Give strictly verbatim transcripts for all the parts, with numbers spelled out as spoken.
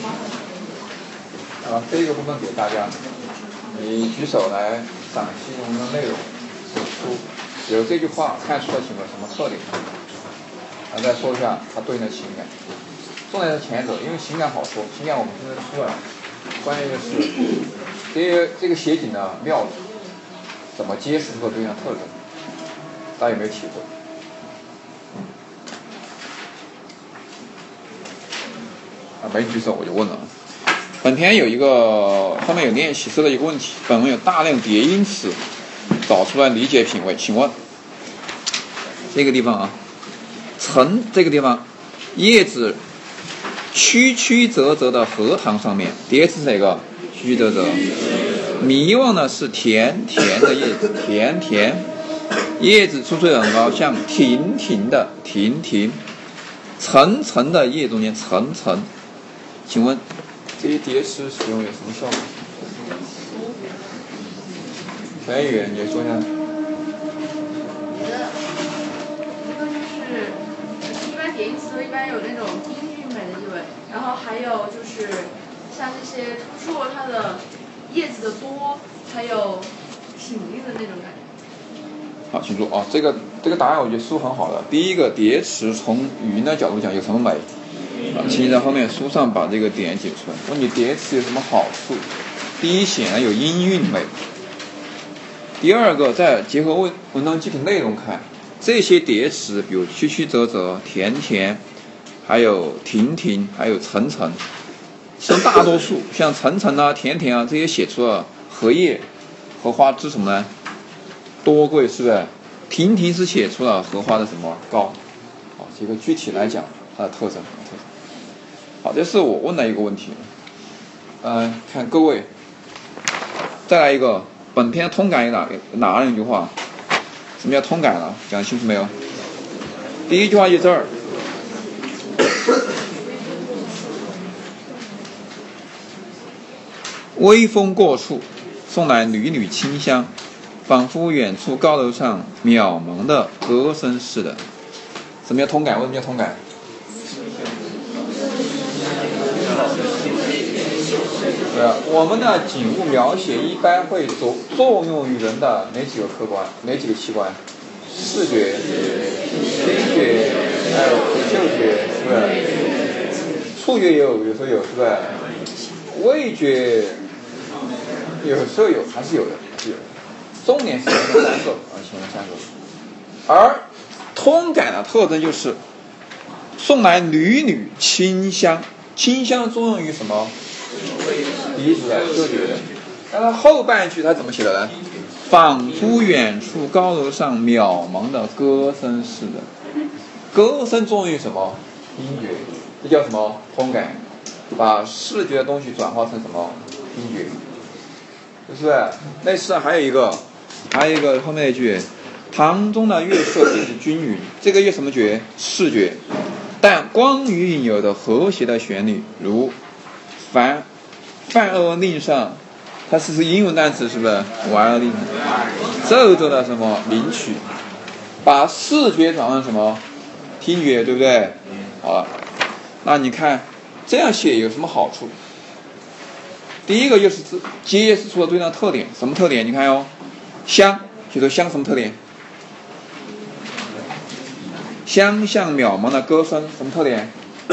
啊，这个部分给大家，你举手来赏析我们的内容，指出有这句话看出了什么什么特点，啊，再说一下它对应的情感。重点是前者，因为情感好说，情感我们现在出来了，关键就是这个这个写景的妙处，怎么揭示出对应的特征，大家有没有体会？啊，没举手我就问了。本篇有一个后面有练习设的一个问题，本文有大量叠音词，找出来理解品味。请问这个地方啊，橙这个地方，叶子曲曲折折的荷塘上面，叠词是哪个？曲曲折折。迷望的是甜甜的叶子，甜甜。叶子出水很高，像亭亭的亭亭。层层的叶中间，层层。请问这些叠词使用有什么效果？陈宇，你说一下。 我觉得一个就是一般叠音词一般有那种音韵美的意味，然后还有就是像这些突出了它的叶子的多，还有品韵的那种感觉。 好，请注啊，这个这个答案我觉得书很好的。第一个叠词从语音的角度讲有什么美？啊，请你在后面书上把这个点解出来。问你叠词有什么好处？第一，显然有音韵美。第二个，再结合文文章具体内容看，这些叠词，比如曲曲折折、甜甜，还有亭亭，还有层层，其中大多数像层层啊、甜甜啊这些写出了荷叶、荷花之什么呢？多贵，是不是？亭亭是写出了荷花的什么高？好，这个具体来讲它的特征，特征。好，这是我问的一个问题。嗯、呃，看各位，再来一个，本篇通感有哪哪两句话？什么叫通感了？讲清楚没有？第一句话就这儿。微风过处，送来缕缕清香，仿佛远处高楼上渺茫的歌声似的。什么叫通感？为什么叫通感？对啊，我们的景物描写一般会作作用于人的哪几个客观？哪几个器官？视觉、听觉，还有嗅觉，是不是？触觉有，有时候有，是不是？味觉有时候有，还是有的，是有的。重点是前面三个啊，前面三个。而通感的特征就是送来缕缕清香，清香作用于什么？鼻子的嗅觉的。那它后半句它怎么写的呢？仿佛远处高楼上渺茫的歌声似的。歌声作用于什么？听觉，这叫什么？通感。把视觉的东西转化成什么？听觉，是不是？类似还有一个，还有一个后面那句，塘中的月色并不均匀，这个月什么觉？视觉。但光与影有的和谐的旋律，如凡泛恶令上，它是是英文单词，是不是 ？violin， 奏奏的什么名曲，把视觉转换成什么？听觉，对不对？好了，那你看这样写有什么好处？第一个就是揭示出了对应的特点，什么特点？你看哦，香，写出香什么特点？香像渺茫的歌声，什么特点？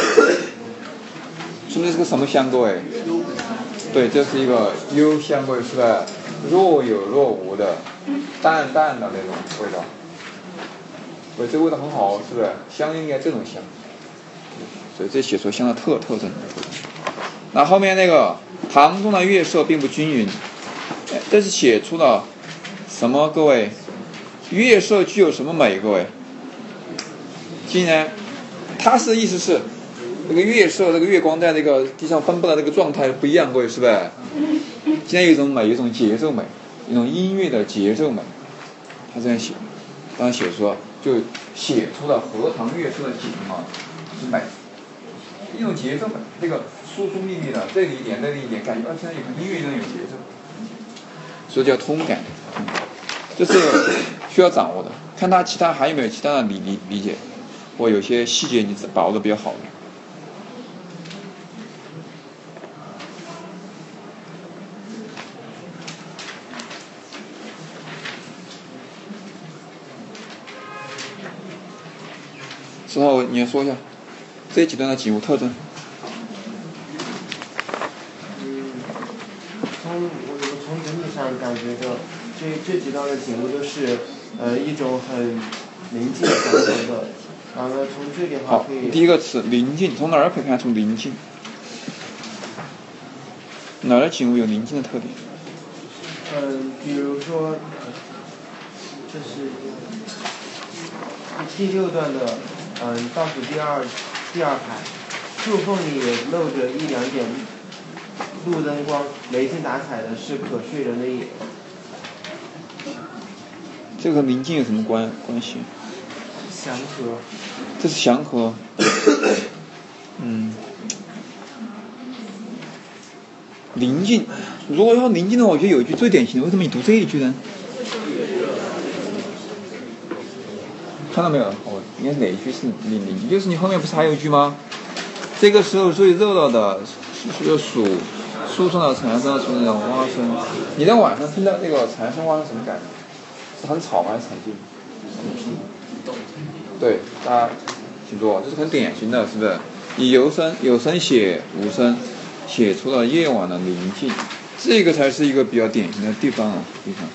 是不是这个什么香？各位，对，这是一个幽香味，是不是？若有若无的，淡淡的那种味道。对，这个味道很好，是不是？香应该这种香。所以这写出香的特特征。那后面那个塘中的月色并不均匀，这是写出了什么？各位，月色具有什么美？各位？竟然，它是意思是，这个月色，这个月光在这个地上分布的这个状态不一样，各位是不是？竟然有一种美，有一种节奏美，一种音乐的节奏美，他这样写，当然写出就写出了荷塘月色的景嘛，是美，一种节奏美，这个疏疏密密的，这里一点那里一点，感觉啊，现在有个音乐中有节奏，所以叫通感，这是需要掌握的。看他其他还有没有其他的理理理解。或有些细节你把握的比较好的。 之后你来说一下这几段的景物特征。 嗯，从我从整体上感觉着，这这几段的景物都是呃一种很宁静祥和的。完了，从这里的话可以。 好，第一个词宁静，从哪儿可以看出宁静？哪儿的景物有宁静的特点？ 嗯，比如说，这是第六段的嗯倒数第二第二排，树缝里露着一两点路灯光，雷声打彩的是可睡人的眼。 这个和宁静有什么关关系？ 祥和。 这是祥和。嗯。宁静，如果要宁静的话，我觉得有一句最典型的，为什么你读这一句呢？看到没有？哦，应该哪一句是宁宁静？就是你后面不是还有一句吗？这个时候最热闹的是数树上的蝉声，树上的蛙声。你在晚上听到这个蝉声蛙声什么感觉？是很吵吗？还是很静？对，大家请坐，这是很典型的，是不是？以有声有声写无声。写出了夜晚的宁静，这个才是一个比较典型的地方啊，地方。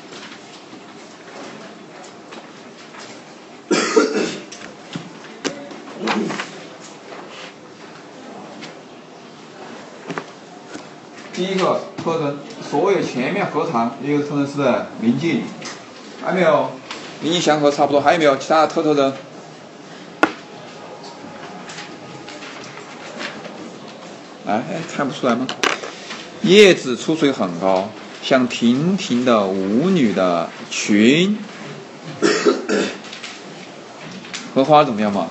第一个特征，所有前面荷塘一个特征是宁静，还没有？宁静祥和差不多，还有没有其他的特特征？哎，看不出来吗？叶子出水很高，像亭亭的舞女的裙。荷花怎么样嘛？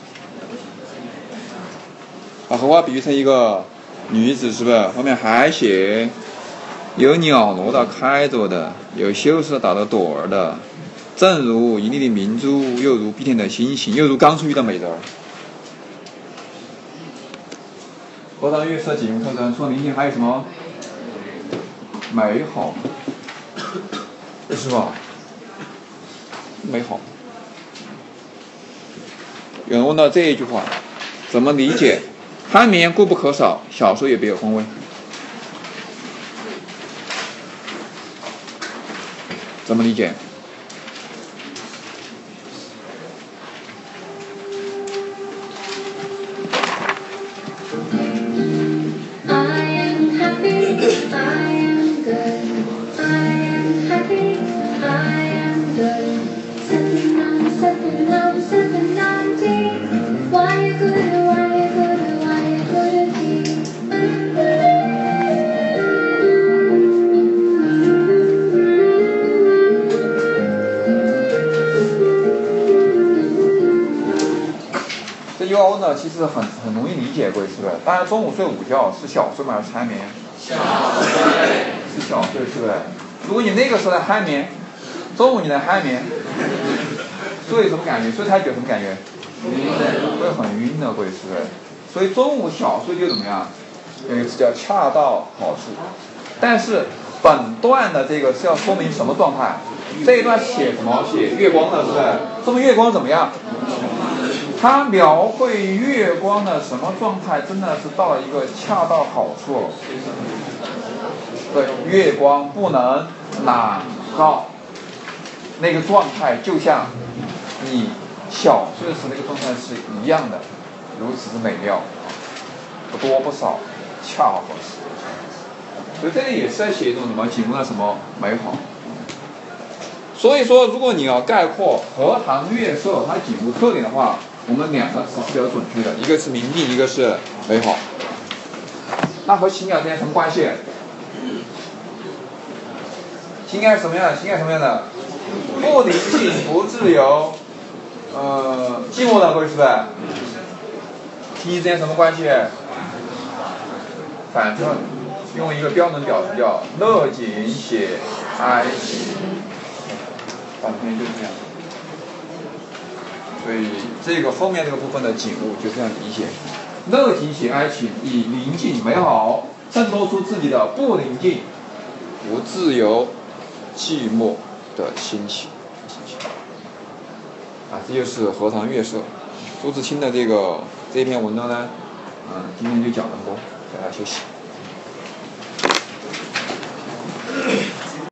把荷花比喻成一个女子，是不是？后面还写有袅娜的开着的，有羞涩打的朵儿的，正如一粒粒明珠，又如碧天的星星，又如刚出浴的美人儿。荷塘月色景物特征，除了宁静还有什么？美好，是吧？美好。有人问到这一句话，怎么理解？酣眠固不可少，小说也别有风味。怎么理解？U O 呢，其实很很容易理解，各位是不是？当然，中午睡午觉是小睡吗？还是酣眠？小睡。是小睡，是不是？如果你那个时候在酣眠，中午你在酣眠，睡什么感觉？睡太久什么感觉？晕，会很晕的，各位是不是？所以中午小睡就怎么样？有一个词叫恰到好处。但是本段的这个是要说明什么状态？这一段写什么？写月光的，是不是？说明月光怎么样？它描绘月光的什么状态，真的是到了一个恰到好处。对，月光不能懒告，那个状态就像你小睡时那个状态是一样的，如此之美妙，不多不少，恰好合适。所以这里也是在写一种什么景物的什么美好。所以说，如果你要概括荷塘月色它景物特点的话，我们两个词是比较准确的，一个是宁静，一个是美好。那和情感之间什么关系？情感什么样的？情感什么样的？不宁静，不自由，呃，寂寞的，各位是不是？题之间什么关系？反正用一个标准表示叫乐景写哀情，反正就是这样。所以这个后面这个部分的景物就这样理解：乐景写哀情，以宁静美好衬托出自己的不宁静、不自由、寂寞的心情。啊，这就是荷塘月色。 朱自清的这个这篇文章呢，嗯，今天就讲这么多，大家休息。